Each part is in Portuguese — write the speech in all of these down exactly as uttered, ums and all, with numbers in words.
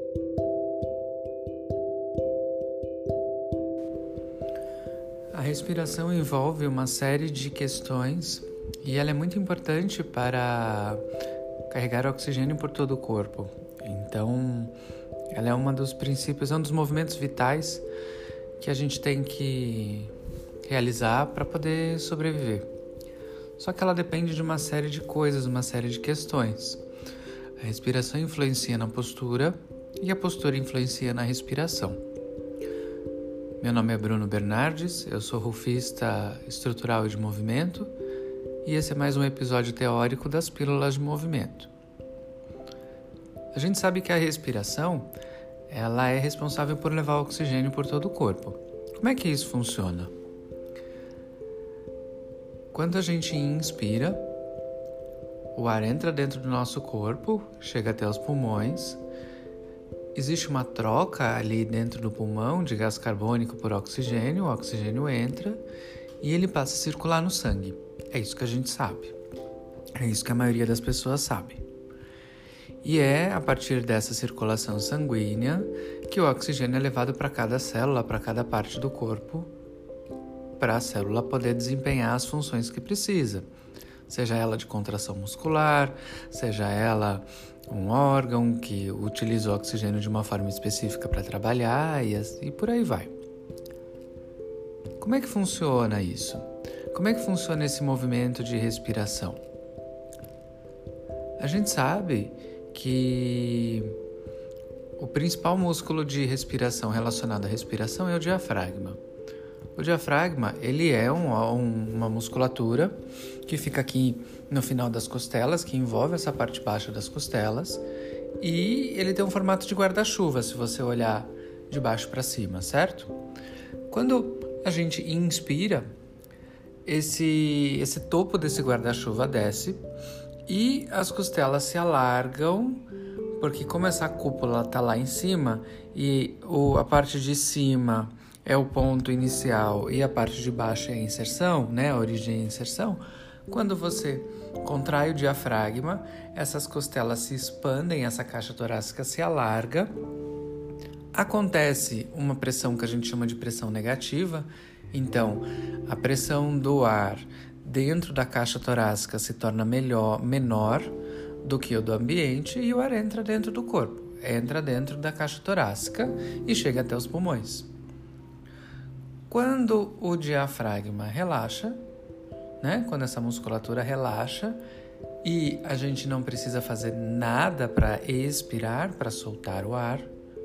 A respiração envolve uma série de questões e ela é muito importante para carregar oxigênio por todo o corpo. Então, ela é um dos princípios, é um dos movimentos vitais que a gente tem que realizar para poder sobreviver. Só que ela depende de uma série de coisas, uma série de questões. A respiração influencia na postura e a postura influencia na respiração. Meu nome é Bruno Bernardes, eu sou rufista estrutural e de movimento e esse é mais um episódio teórico das pílulas de movimento. A gente sabe que a respiração ela é responsável por levar o oxigênio por todo o corpo. Como é que isso funciona? Quando a gente inspira, o ar entra dentro do nosso corpo, chega até os pulmões. Existe uma troca ali dentro do pulmão de gás carbônico por oxigênio, o oxigênio entra e ele passa a circular no sangue. É isso que a gente sabe. É isso que a maioria das pessoas sabe. E é a partir dessa circulação sanguínea que o oxigênio é levado para cada célula, para cada parte do corpo, para a célula poder desempenhar as funções que precisa. Seja ela de contração muscular, seja ela um órgão que utiliza o oxigênio de uma forma específica para trabalhar e, e por aí vai. Como é que funciona isso? Como é que funciona esse movimento de respiração? A gente sabe que o principal músculo de respiração relacionado à respiração é o diafragma. O diafragma, ele é um, um, uma musculatura que fica aqui no final das costelas, que envolve essa parte baixa das costelas, e ele tem um formato de guarda-chuva, se você olhar de baixo para cima, certo? Quando a gente inspira, esse, esse topo desse guarda-chuva desce e as costelas se alargam, porque como essa cúpula está lá em cima e o, a parte de cima é o ponto inicial e a parte de baixo é a inserção, né? A origem e a inserção. Quando você contrai o diafragma, essas costelas se expandem, essa caixa torácica se alarga. Acontece uma pressão que a gente chama de pressão negativa. Então, a pressão do ar dentro da caixa torácica se torna melhor, menor do que o do ambiente e o ar entra dentro do corpo. Entra dentro da caixa torácica e chega até os pulmões. Quando o diafragma relaxa, né? Quando essa musculatura relaxa e a gente não precisa fazer nada para expirar, para soltar o ar,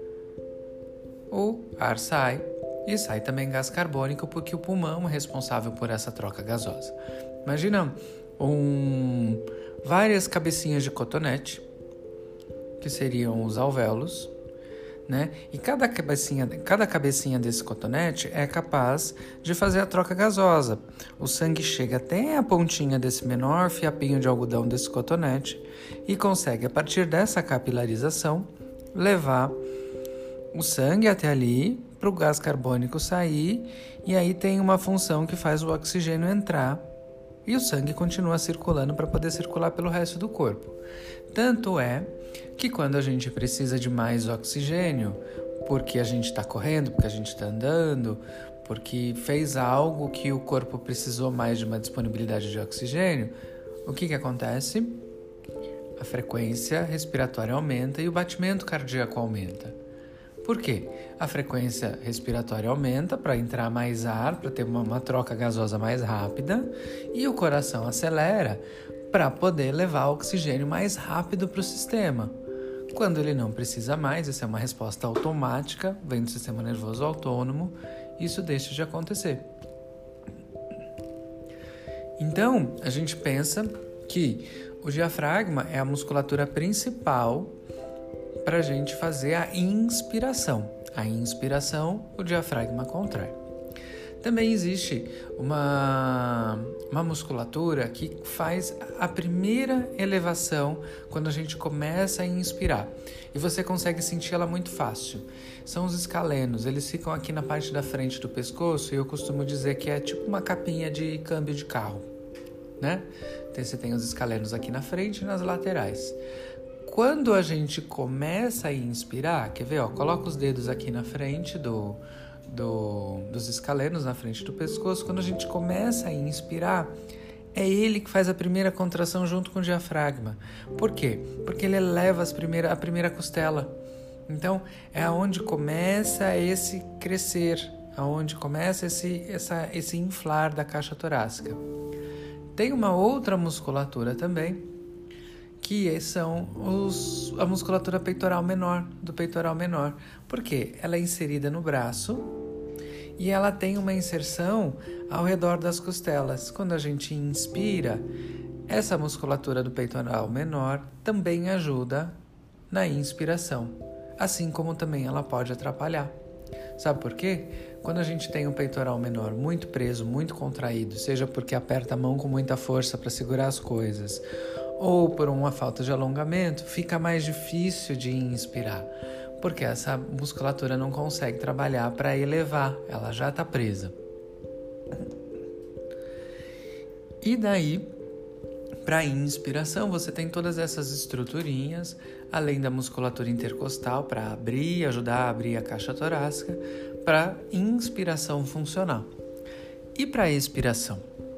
o ar sai e sai também gás carbônico porque o pulmão é responsável por essa troca gasosa. Imagina um, várias cabecinhas de cotonete, que seriam os alvéolos, né? E cada cabecinha, cada cabecinha desse cotonete é capaz de fazer a troca gasosa. O sangue chega até a pontinha desse menor fiapinho de algodão desse cotonete e consegue, a partir dessa capilarização, levar o sangue até ali para o gás carbônico sair e aí tem uma função que faz o oxigênio entrar e o sangue continua circulando para poder circular pelo resto do corpo. Tanto é que quando a gente precisa de mais oxigênio, porque a gente está correndo, porque a gente está andando, porque fez algo que o corpo precisou mais de uma disponibilidade de oxigênio, o que que acontece? A frequência respiratória aumenta e o batimento cardíaco aumenta. Por quê? A frequência respiratória aumenta para entrar mais ar, para ter uma, uma troca gasosa mais rápida, e o coração acelera para poder levar oxigênio mais rápido para o sistema. Quando ele não precisa mais, isso é uma resposta automática, vem do sistema nervoso autônomo, isso deixa de acontecer. Então, a gente pensa que o diafragma é a musculatura principal para a gente fazer a inspiração. A inspiração, o diafragma contrai. Também existe uma, uma musculatura que faz a primeira elevação quando a gente começa a inspirar. E você consegue sentir ela muito fácil. São os escalenos, eles ficam aqui na parte da frente do pescoço e eu costumo dizer que é tipo uma capinha de câmbio de carro, né? Então você tem os escalenos aqui na frente e nas laterais. Quando a gente começa a inspirar, quer ver, ó, coloca os dedos aqui na frente do, do, dos escalenos, na frente do pescoço. Quando a gente começa a inspirar, é ele que faz a primeira contração junto com o diafragma. Por quê? Porque ele eleva as primeira, a primeira costela. Então, é aonde começa esse crescer, aonde começa esse, essa, esse inflar da caixa torácica. Tem uma outra musculatura também, que são os, a musculatura peitoral menor, do peitoral menor. Por quê? Ela é inserida no braço e ela tem uma inserção ao redor das costelas. Quando a gente inspira, essa musculatura do peitoral menor também ajuda na inspiração, assim como também ela pode atrapalhar. Sabe por quê? Quando a gente tem um peitoral menor muito preso, muito contraído, seja porque aperta a mão com muita força para segurar as coisas, ou por uma falta de alongamento, fica mais difícil de inspirar, porque essa musculatura não consegue trabalhar para elevar, ela já está presa. E daí, para a inspiração, você tem todas essas estruturinhas, além da musculatura intercostal para abrir, ajudar a abrir a caixa torácica, para inspiração funcional. E para a expiração?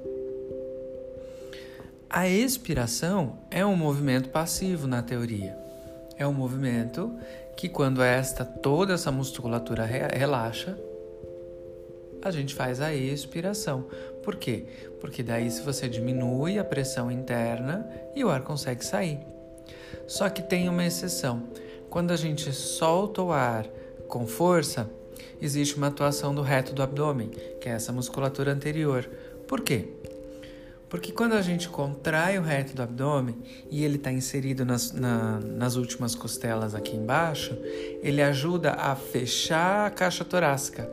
A expiração é um movimento passivo na teoria. É um movimento que, quando esta, toda essa musculatura relaxa, a gente faz a expiração. Por quê? Porque daí se você diminui a pressão interna e o ar consegue sair. Só que tem uma exceção. Quando a gente solta o ar com força, existe uma atuação do reto do abdômen, que é essa musculatura anterior. Por quê? Porque quando a gente contrai o reto do abdômen e ele está inserido nas, na, nas últimas costelas aqui embaixo, ele ajuda a fechar a caixa torácica.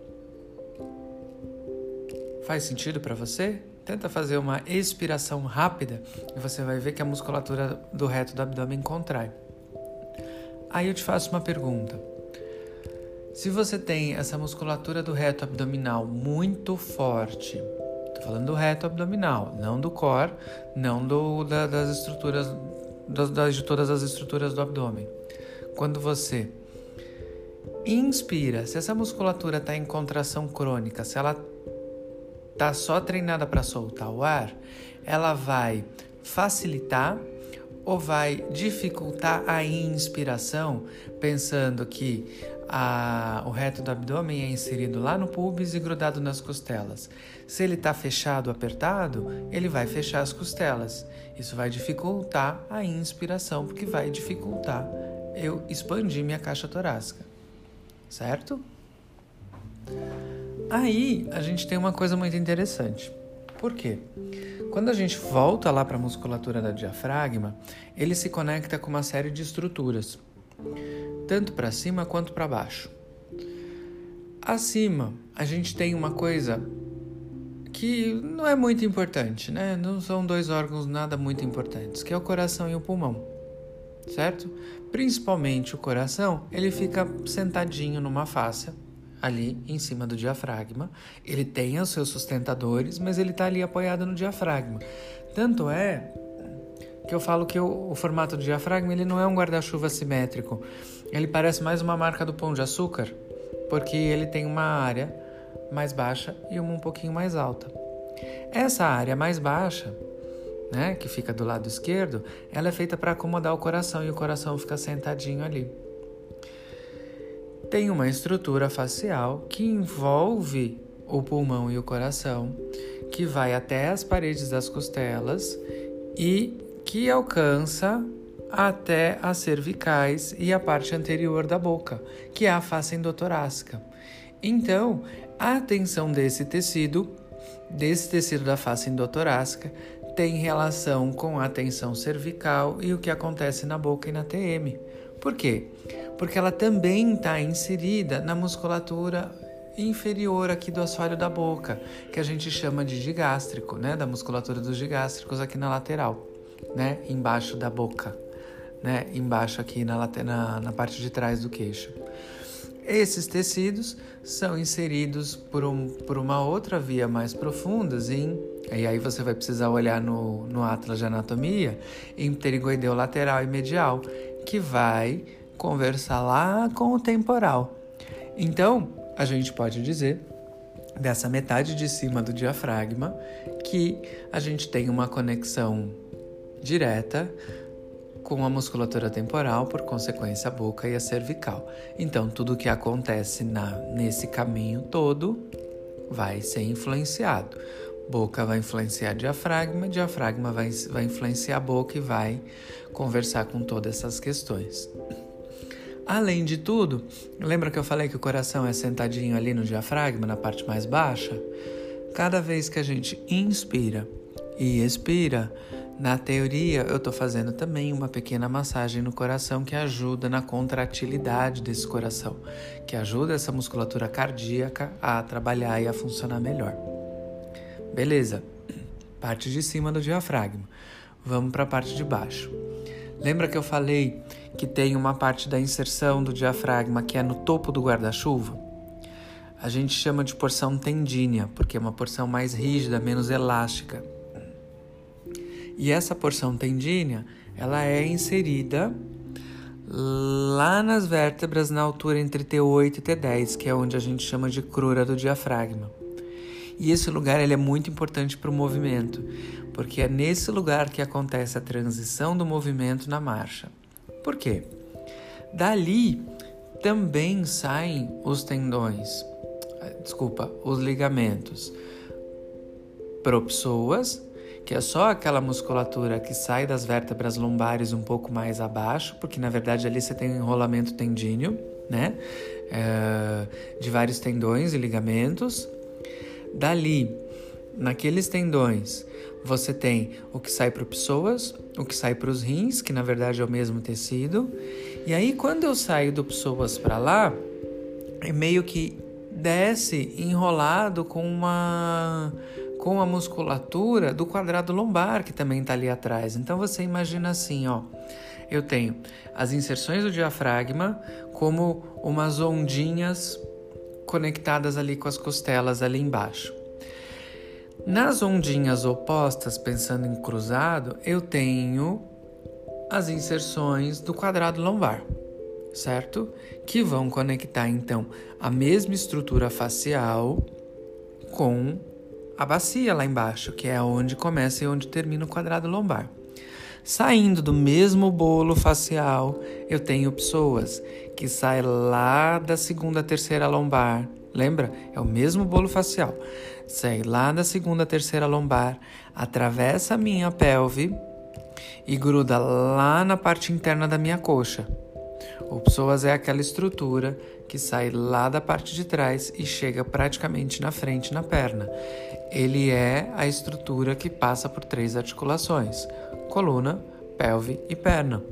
Faz sentido para você? Tenta fazer uma expiração rápida e você vai ver que a musculatura do reto do abdômen contrai. Aí eu te faço uma pergunta. Se você tem essa musculatura do reto abdominal muito forte, estou falando do reto abdominal, não do core, não do, da, das estruturas, das, de todas as estruturas do abdômen. Quando você inspira, se essa musculatura está em contração crônica, se ela está só treinada para soltar o ar, ela vai facilitar ou vai dificultar a inspiração, pensando que a, o reto do abdômen é inserido lá no púbis e grudado nas costelas. Se ele está fechado, apertado, ele vai fechar as costelas. Isso vai dificultar a inspiração, porque vai dificultar eu expandir minha caixa torácica. Certo? Aí a gente tem uma coisa muito interessante. Por quê? Quando a gente volta lá para a musculatura da diafragma, ele se conecta com uma série de estruturas, tanto para cima quanto para baixo. Acima, a gente tem uma coisa que não é muito importante, né? Não são dois órgãos nada muito importantes, que é o coração e o pulmão, certo? Principalmente o coração, ele fica sentadinho numa fáscia, ali em cima do diafragma. Ele tem os seus sustentadores, mas ele está ali apoiado no diafragma. Tanto é que eu falo que o, o formato do diafragma ele não é um guarda-chuva simétrico. Ele parece mais uma marca do Pão de Açúcar, porque ele tem uma área mais baixa e uma um pouquinho mais alta. Essa área mais baixa, né, que fica do lado esquerdo, ela é feita para acomodar o coração e o coração fica sentadinho ali. Tem uma estrutura facial que envolve o pulmão e o coração, que vai até as paredes das costelas e que alcança até as cervicais e a parte anterior da boca, que é a face endotorácica. Então, a tensão desse tecido, desse tecido da face endotorácica, tem relação com a tensão cervical e o que acontece na boca e na T M. Por quê? Porque ela também está inserida na musculatura inferior aqui do assoalho da boca, que a gente chama de digástrico, né? Da musculatura dos digástricos aqui na lateral, né? Embaixo da boca, né? Embaixo aqui na, na, na parte de trás do queixo. Esses tecidos são inseridos por, um, por uma outra via mais profunda em E aí você vai precisar olhar no, no Atlas de Anatomia em pterigoideu lateral e medial, que vai conversar lá com o temporal. Então, a gente pode dizer, dessa metade de cima do diafragma, que a gente tem uma conexão direta com a musculatura temporal, por consequência a boca e a cervical. Então, tudo que acontece na, nesse caminho todo vai ser influenciado. Boca vai influenciar diafragma, diafragma vai, vai influenciar a boca e vai conversar com todas essas questões. Além de tudo, lembra que eu falei que o coração é sentadinho ali no diafragma, na parte mais baixa? Cada vez que a gente inspira e expira, na teoria eu estou fazendo também uma pequena massagem no coração que ajuda na contratilidade desse coração, que ajuda essa musculatura cardíaca a trabalhar e a funcionar melhor. Beleza, parte de cima do diafragma. Vamos para a parte de baixo. Lembra que eu falei que tem uma parte da inserção do diafragma que é no topo do guarda-chuva? A gente chama de porção tendínea, porque é uma porção mais rígida, menos elástica. E essa porção tendínea, ela é inserida lá nas vértebras na altura entre T oito e T dez, que é onde a gente chama de crura do diafragma. E esse lugar ele é muito importante para o movimento, porque é nesse lugar que acontece a transição do movimento na marcha. Por quê? Dali também saem os tendões, desculpa, os ligamentos propsoas, que é só aquela musculatura que sai das vértebras lombares um pouco mais abaixo, porque na verdade ali você tem um enrolamento tendíneo, né? É, de vários tendões e ligamentos. Dali, naqueles tendões, você tem o que sai para os psoas, o que sai para os rins, que na verdade é o mesmo tecido. E aí, quando eu saio do psoas para lá, é meio que desce enrolado com uma com a musculatura do quadrado lombar, que também está ali atrás. Então, você imagina assim, ó, eu tenho as inserções do diafragma como umas ondinhas conectadas ali com as costelas ali embaixo. Nas ondinhas opostas, pensando em cruzado, eu tenho as inserções do quadrado lombar, certo? Que vão conectar, então, a mesma estrutura facial com a bacia lá embaixo, que é onde começa e onde termina o quadrado lombar. Saindo do mesmo bolo facial, eu tenho psoas, que sai lá da segunda, terceira lombar. Lembra? É o mesmo bolo facial. Sai lá da segunda, terceira lombar, atravessa a minha pelve e gruda lá na parte interna da minha coxa. O psoas é aquela estrutura que sai lá da parte de trás e chega praticamente na frente, na perna. Ele é a estrutura que passa por três articulações: coluna, pelve e perna.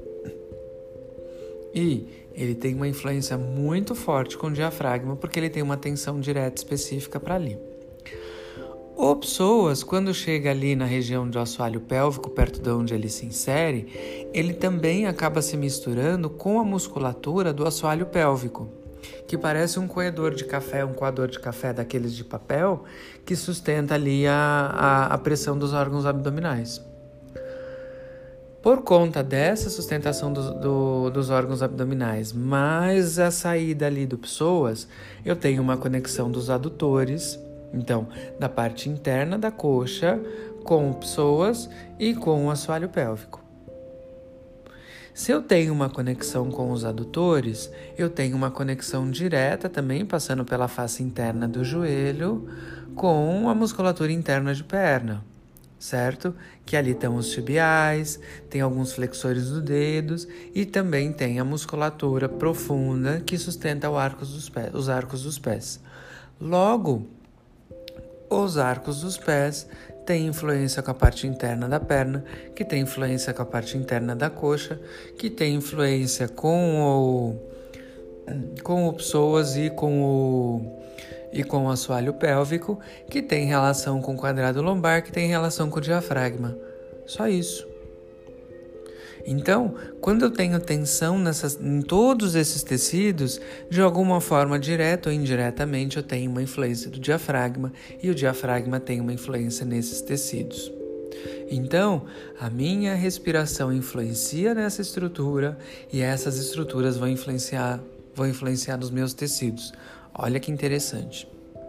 E ele tem uma influência muito forte com o diafragma, porque ele tem uma tensão direta específica para ali. O psoas, quando chega ali na região do assoalho pélvico, perto de onde ele se insere, ele também acaba se misturando com a musculatura do assoalho pélvico, que parece um coador de café, um coador de café daqueles de papel, que sustenta ali a, a, a pressão dos órgãos abdominais. Por conta dessa sustentação do, do, dos órgãos abdominais, mais a saída ali do psoas, eu tenho uma conexão dos adutores, então, da parte interna da coxa com o psoas e com o assoalho pélvico. Se eu tenho uma conexão com os adutores, eu tenho uma conexão direta também, passando pela face interna do joelho, com a musculatura interna de perna, certo? Que ali estão os tibiais, tem alguns flexores dos dedos e também tem a musculatura profunda que sustenta o arcos dos pés, os arcos dos pés. Logo, os arcos dos pés têm influência com a parte interna da perna, que tem influência com a parte interna da coxa, que tem influência com o, com o psoas e com o, e com o assoalho pélvico, que tem relação com o quadrado lombar, que tem relação com o diafragma. Só isso. Então, quando eu tenho tensão nessas, em todos esses tecidos, de alguma forma, direta ou indiretamente, eu tenho uma influência do diafragma e o diafragma tem uma influência nesses tecidos. Então, a minha respiração influencia nessa estrutura e essas estruturas vão influenciar, vão influenciar nos meus tecidos. Olha que interessante.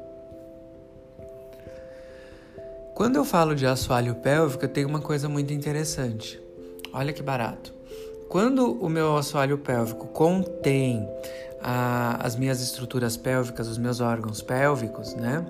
Quando eu falo de assoalho pélvico, tem uma coisa muito interessante. Olha que barato. Quando o meu assoalho pélvico contém a, as minhas estruturas pélvicas, os meus órgãos pélvicos, né?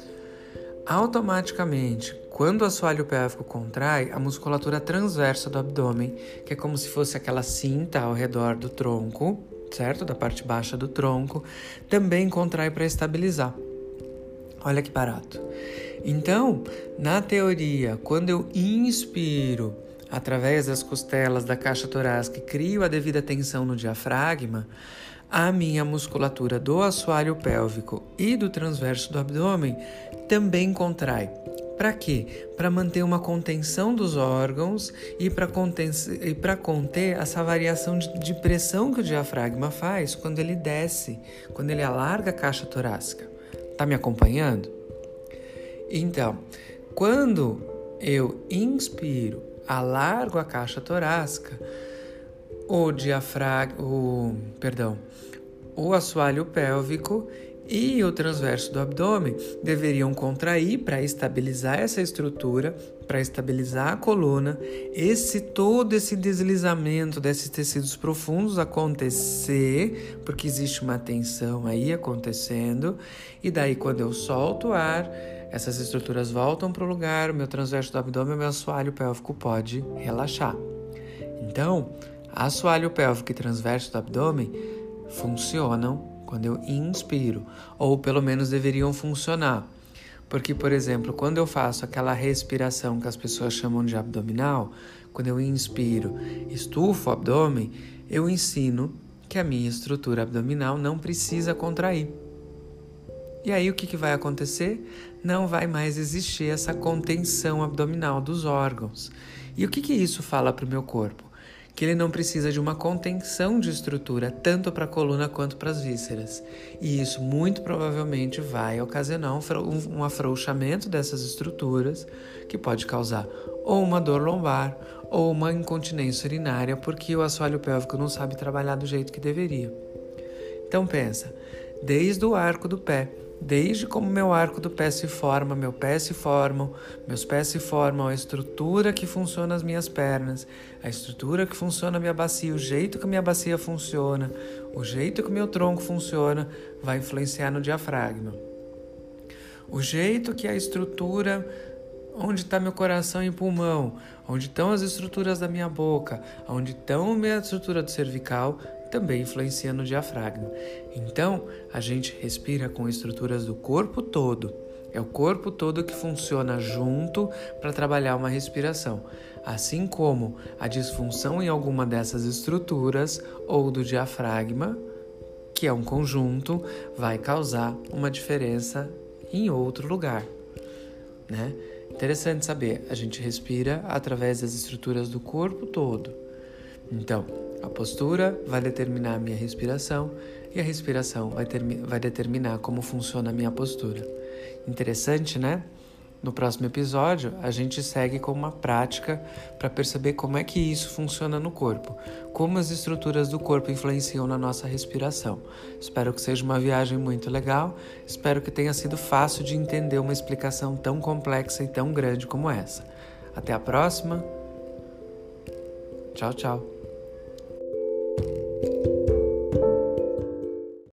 Automaticamente, quando o assoalho pélvico contrai, a musculatura transversa do abdômen, que é como se fosse aquela cinta ao redor do tronco, certo? Da parte baixa do tronco, também contrai para estabilizar. Olha que barato. Então, na teoria, quando eu inspiro através das costelas da caixa torácica e crio a devida tensão no diafragma, a minha musculatura do assoalho pélvico e do transverso do abdômen também contrai. Para quê? Para manter uma contenção dos órgãos e para conter, e para conter essa variação de, de pressão que o diafragma faz quando ele desce, quando ele alarga a caixa torácica. Tá me acompanhando? Então, quando eu inspiro, alargo a caixa torácica, o diafragma, o, perdão, o assoalho pélvico e o transverso do abdômen deveriam contrair para estabilizar essa estrutura, para estabilizar a coluna, esse todo esse deslizamento desses tecidos profundos acontecer, porque existe uma tensão aí acontecendo, e daí quando eu solto o ar, essas estruturas voltam para o lugar, o meu transverso do abdômen e o meu assoalho pélvico pode relaxar. Então, assoalho pélvico e transverso do abdômen funcionam quando eu inspiro, ou pelo menos deveriam funcionar. Porque, por exemplo, quando eu faço aquela respiração que as pessoas chamam de abdominal, quando eu inspiro, estufo o abdômen, eu ensino que a minha estrutura abdominal não precisa contrair. E aí o que, que vai acontecer? Não vai mais existir essa contenção abdominal dos órgãos. E o que, que isso fala para o meu corpo? Que ele não precisa de uma contenção de estrutura, tanto para a coluna quanto para as vísceras. E isso muito provavelmente vai ocasionar um, um afrouxamento dessas estruturas, que pode causar ou uma dor lombar ou uma incontinência urinária, porque o assoalho pélvico não sabe trabalhar do jeito que deveria. Então pensa, desde o arco do pé, desde como meu arco do pé se forma, meu pé se forma, meus pés se formam, a estrutura que funciona as minhas pernas, a estrutura que funciona a minha bacia, o jeito que a minha bacia funciona, o jeito que o meu tronco funciona, vai influenciar no diafragma. O jeito que a estrutura, onde está meu coração e pulmão, onde estão as estruturas da minha boca, onde estão a minha estrutura do cervical, também influencia no diafragma. Então, a gente respira com estruturas do corpo todo. É o corpo todo que funciona junto para trabalhar uma respiração. Assim como a disfunção em alguma dessas estruturas ou do diafragma, que é um conjunto, vai causar uma diferença em outro lugar, né? Interessante saber, a gente respira através das estruturas do corpo todo. Então, a postura vai determinar a minha respiração e a respiração vai, termi- vai determinar como funciona a minha postura. Interessante, né? No próximo episódio, a gente segue com uma prática para perceber como é que isso funciona no corpo, como as estruturas do corpo influenciam na nossa respiração. Espero que seja uma viagem muito legal, espero que tenha sido fácil de entender uma explicação tão complexa e tão grande como essa. Até a próxima. Tchau, tchau.